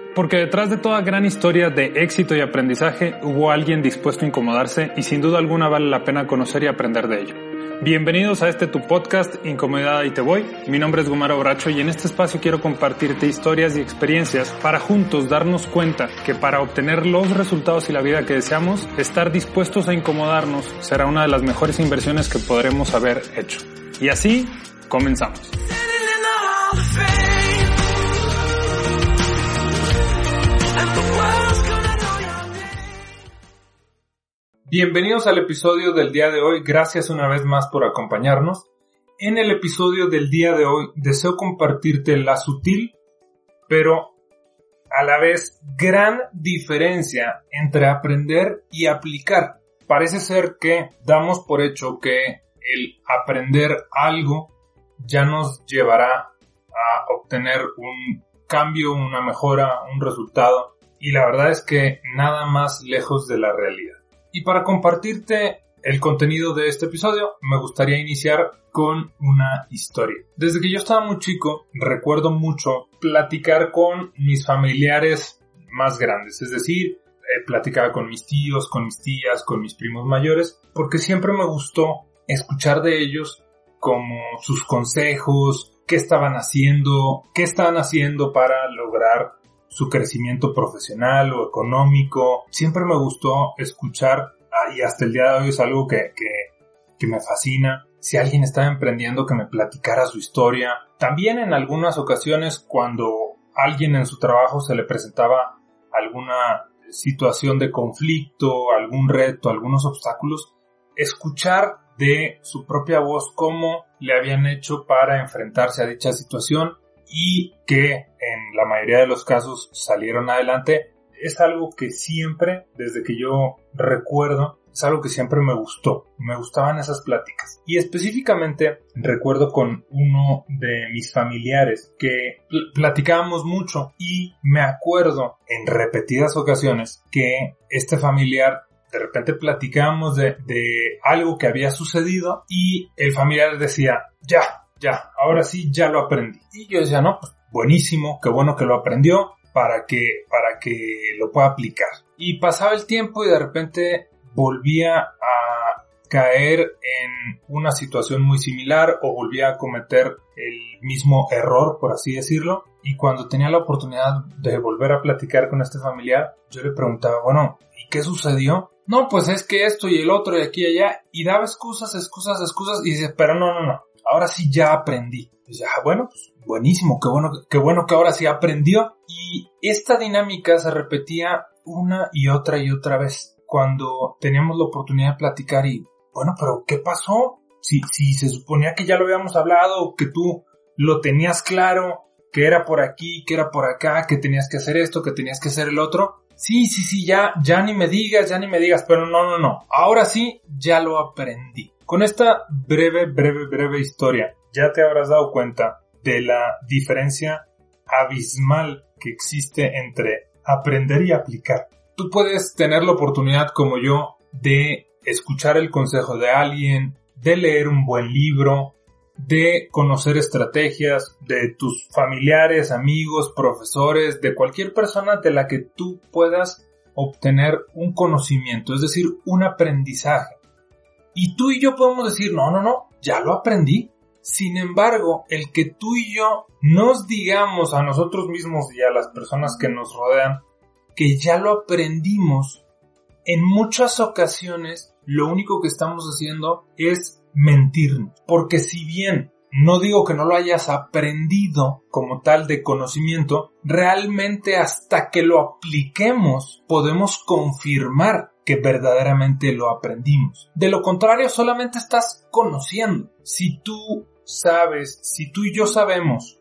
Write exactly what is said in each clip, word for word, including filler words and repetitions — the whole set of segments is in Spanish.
Porque detrás de toda gran historia de éxito y aprendizaje hubo alguien dispuesto a incomodarse y sin duda alguna vale la pena conocer y aprender de ello. Bienvenidos a este tu podcast, Incomodidad Ahí Te Voy. Mi nombre es Gumaro Bracho y en este espacio quiero compartirte historias y experiencias para juntos darnos cuenta que para obtener los resultados y la vida que deseamos, estar dispuestos a incomodarnos será una de las mejores inversiones que podremos haber hecho. Y así, comenzamos. Bienvenidos al episodio del día de hoy, gracias una vez más por acompañarnos. En el episodio del día de hoy deseo compartirte la sutil, pero a la vez gran diferencia entre aprender y aplicar. Parece ser que damos por hecho que el aprender algo ya nos llevará a obtener un cambio, una mejora, un resultado, y la verdad es que nada más lejos de la realidad. Y para compartirte el contenido de este episodio, me gustaría iniciar con una historia. Desde que yo estaba muy chico, recuerdo mucho platicar con mis familiares más grandes. Es decir, eh, platicaba con mis tíos, con mis tías, con mis primos mayores, porque siempre me gustó escuchar de ellos como sus consejos, qué estaban haciendo, qué estaban haciendo para lograr su crecimiento profesional o económico. Siempre me gustó escuchar, y hasta el día de hoy es algo que, que, que me fascina. Si alguien estaba emprendiendo, que me platicara su historia. También en algunas ocasiones, cuando a alguien en su trabajo se le presentaba alguna situación de conflicto, algún reto, algunos obstáculos, escuchar de su propia voz cómo le habían hecho para enfrentarse a dicha situación y que en la mayoría de los casos salieron adelante, es algo que siempre, desde que yo recuerdo, es algo que siempre me gustó. Me gustaban esas pláticas. Y específicamente recuerdo con uno de mis familiares que pl- platicábamos mucho y me acuerdo en repetidas ocasiones que este familiar de repente platicábamos de, de algo que había sucedido y el familiar decía, ya, ya, ahora sí ya lo aprendí. Y yo decía, no, pues buenísimo, qué bueno que lo aprendió para que, para que lo pueda aplicar. Y pasaba el tiempo y de repente volvía a caer en una situación muy similar o volvía a cometer el mismo error, por así decirlo. Y cuando tenía la oportunidad de volver a platicar con este familiar, yo le preguntaba, bueno, ¿y qué sucedió? No, pues es que esto y el otro y aquí y allá. Y daba excusas, excusas, excusas y dice, pero no, no, no. Ahora sí ya aprendí. Y dice, ah, bueno, pues buenísimo, qué bueno, qué bueno que ahora sí aprendió. Y esta dinámica se repetía una y otra y otra vez. Cuando teníamos la oportunidad de platicar y, bueno, pero ¿qué pasó? Si, si se suponía que ya lo habíamos hablado, que tú lo tenías claro, que era por aquí, que era por acá, que tenías que hacer esto, que tenías que hacer el otro. Sí, sí, sí, ya, ya ni me digas, ya ni me digas, pero no, no, no. Ahora sí, ya lo aprendí. Con esta breve, breve, breve historia, ya te habrás dado cuenta de la diferencia abismal que existe entre aprender y aplicar. Tú puedes tener la oportunidad, como yo, de escuchar el consejo de alguien, de leer un buen libro, de conocer estrategias de tus familiares, amigos, profesores, de cualquier persona de la que tú puedas obtener un conocimiento, es decir, un aprendizaje. Y tú y yo podemos decir, no, no, no, ya lo aprendí. Sin embargo, el que tú y yo nos digamos a nosotros mismos y a las personas que nos rodean que ya lo aprendimos, en muchas ocasiones lo único que estamos haciendo es mentirnos. Porque si bien no digo que no lo hayas aprendido como tal de conocimiento, realmente hasta que lo apliquemos podemos confirmar que verdaderamente lo aprendimos. De lo contrario, solamente estás conociendo. Si tú sabes, si tú y yo sabemos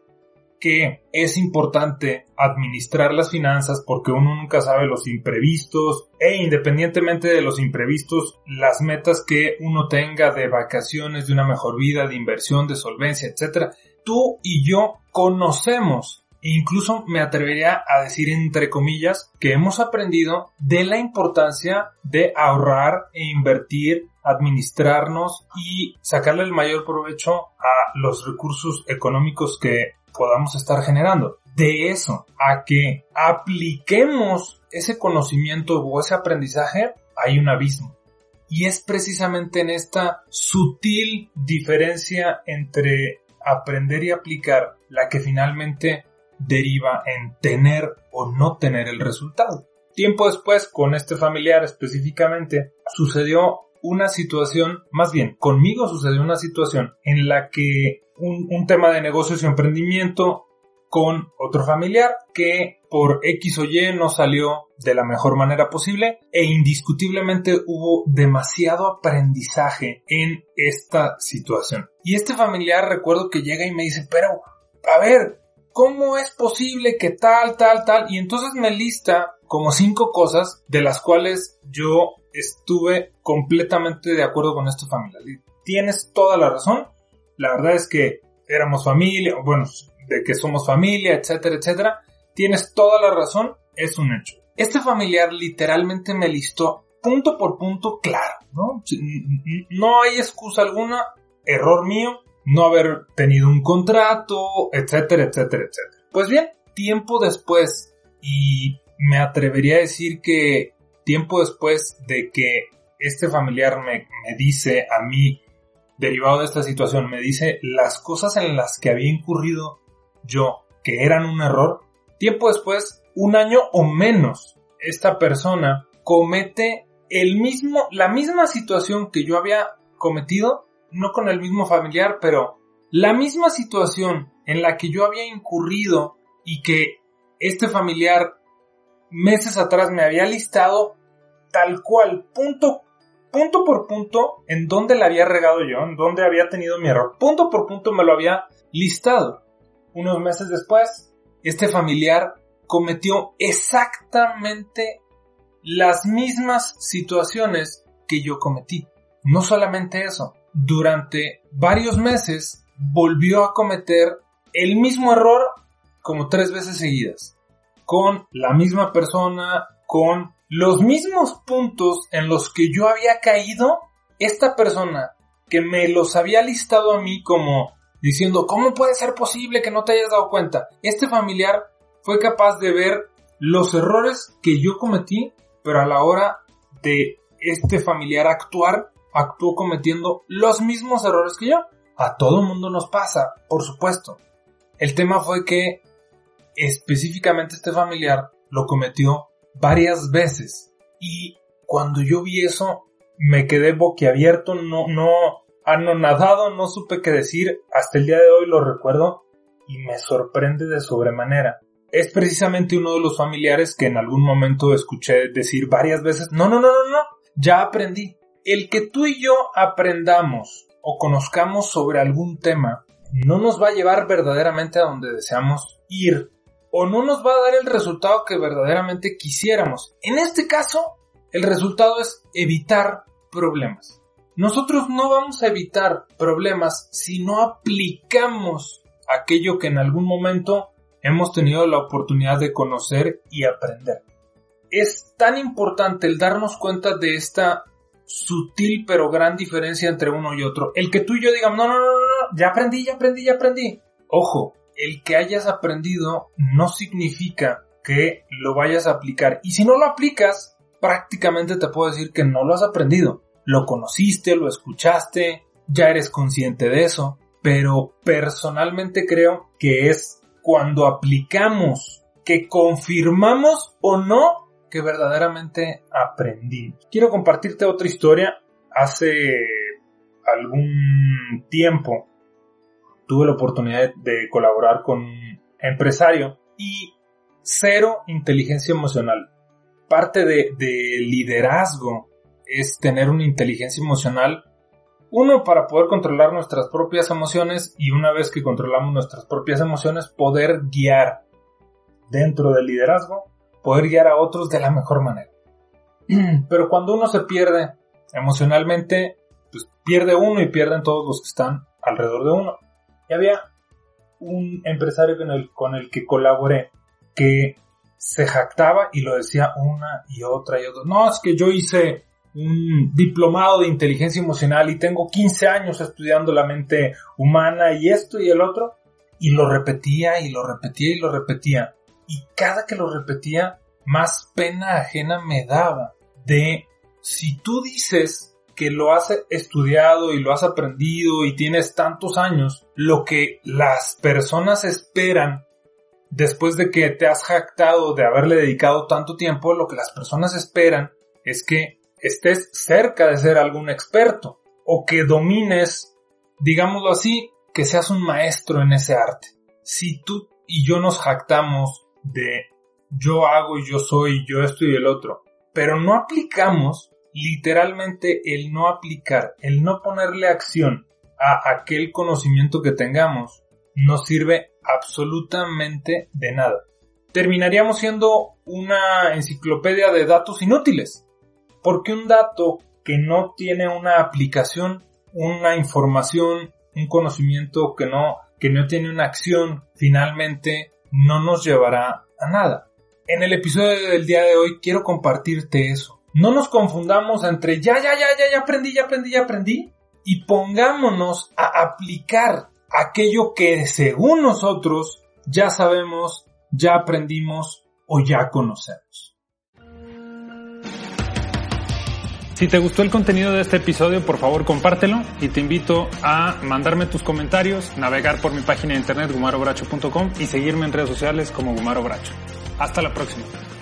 que es importante administrar las finanzas porque uno nunca sabe los imprevistos e independientemente de los imprevistos, las metas que uno tenga de vacaciones, de una mejor vida, de inversión, de solvencia, etcétera. Tú y yo conocemos, e incluso me atrevería a decir entre comillas, que hemos aprendido de la importancia de ahorrar e invertir, administrarnos y sacarle el mayor provecho a los recursos económicos que podamos estar generando. de eso a que apliquemos ese conocimiento o ese aprendizaje, hay un abismo. Y es precisamente en esta sutil diferencia entre aprender y aplicar la que finalmente deriva en tener o no tener el resultado. Tiempo después, con este familiar específicamente, sucedió una situación, más bien, conmigo sucedió una situación en la que un, un tema de negocios y emprendimiento con otro familiar que por X o Y no salió de la mejor manera posible e indiscutiblemente hubo demasiado aprendizaje en esta situación. Y este familiar recuerdo que llega y me dice, pero, a ver, ¿cómo es posible que tal, tal, tal? Y entonces me lista como cinco cosas de las cuales yo estuve completamente de acuerdo con este familiar. Tienes toda la razón. La verdad es que éramos familia, bueno, de que somos familia, etcétera, etcétera. Tienes toda la razón, es un hecho. Este familiar literalmente me listó punto por punto claro, ¿no? No hay excusa alguna, error mío, no haber tenido un contrato, etcétera, etcétera, etcétera. Pues bien, tiempo después, y me atrevería a decir que tiempo después de que este familiar me, me dice a mí, derivado de esta situación, me dice las cosas en las que había incurrido yo, que eran un error, tiempo después, un año o menos, esta persona comete el mismo, la misma situación que yo había cometido, no con el mismo familiar, pero la misma situación en la que yo había incurrido y que este familiar meses atrás me había listado tal cual, punto, punto por punto, en dónde la había regado yo, en dónde había tenido mi error, punto por punto me lo había listado. Unos meses después, este familiar cometió exactamente las mismas situaciones que yo cometí. No solamente eso, durante varios meses volvió a cometer el mismo error como tres veces seguidas, con la misma persona, con los mismos puntos en los que yo había caído. Esta persona que me los había listado a mí como diciendo, ¿cómo puede ser posible que no te hayas dado cuenta? Este familiar fue capaz de ver los errores que yo cometí, pero a la hora de este familiar actuar, actuó cometiendo los mismos errores que yo. A todo mundo nos pasa, por supuesto. El tema fue que específicamente este familiar lo cometió varias veces. Y cuando yo vi eso, me quedé boquiabierto, no, no, anonadado, no supe qué decir. Hasta el día de hoy lo recuerdo y me sorprende de sobremanera. Es precisamente uno de los familiares que en algún momento escuché decir varias veces, no, no, no, no, no, ya aprendí. El que tú y yo aprendamos o conozcamos sobre algún tema no nos va a llevar verdaderamente a donde deseamos ir o no nos va a dar el resultado que verdaderamente quisiéramos. En este caso, el resultado es evitar problemas. Nosotros no vamos a evitar problemas si no aplicamos aquello que en algún momento hemos tenido la oportunidad de conocer y aprender. Es tan importante el darnos cuenta de esta sutil pero gran diferencia entre uno y otro. El que tú y yo digamos, no, no, no, no, ya aprendí, ya aprendí, ya aprendí. Ojo, el que hayas aprendido no significa que lo vayas a aplicar. Y si no lo aplicas, prácticamente te puedo decir que no lo has aprendido. Lo conociste, lo escuchaste, ya eres consciente de eso. Pero personalmente creo que es cuando aplicamos, que confirmamos o no que verdaderamente aprendimos. Quiero compartirte otra historia. Hace algún tiempo tuve la oportunidad de colaborar con un empresario y cero inteligencia emocional. Parte de, de liderazgo es tener una inteligencia emocional. Uno, para poder controlar nuestras propias emociones y una vez que controlamos nuestras propias emociones, poder guiar dentro del liderazgo, poder guiar a otros de la mejor manera. Pero cuando uno se pierde emocionalmente, pues pierde uno y pierden todos los que están alrededor de uno. Y había un empresario con el, con el que colaboré que se jactaba y lo decía una y otra y otra. No, es que yo hice un diplomado de inteligencia emocional y tengo quince años estudiando la mente humana y esto y el otro. Y lo repetía y lo repetía y lo repetía. Y cada que lo repetía, más pena ajena me daba. De, si tú dices que lo has estudiado y lo has aprendido y tienes tantos años, lo que las personas esperan después de que te has jactado de haberle dedicado tanto tiempo, lo que las personas esperan es que estés cerca de ser algún experto o que domines, digámoslo así, que seas un maestro en ese arte. Si tú y yo nos jactamos de yo hago y yo soy, yo esto y el otro, pero no aplicamos, literalmente el no aplicar, el no ponerle acción a aquel conocimiento que tengamos, no sirve absolutamente de nada. Terminaríamos siendo una enciclopedia de datos inútiles, porque un dato que no tiene una aplicación, una información, un conocimiento que no, que no tiene una acción, finalmente no nos llevará a nada. En el episodio del día de hoy quiero compartirte eso. No nos confundamos entre ya, ya, ya, ya, ya aprendí, ya aprendí, ya aprendí, y pongámonos a aplicar aquello que según nosotros ya sabemos, ya aprendimos o ya conocemos. Si te gustó el contenido de este episodio, por favor compártelo y te invito a mandarme tus comentarios, navegar por mi página de internet gumaro bracho punto com y seguirme en redes sociales como Gumaro Bracho. Hasta la próxima.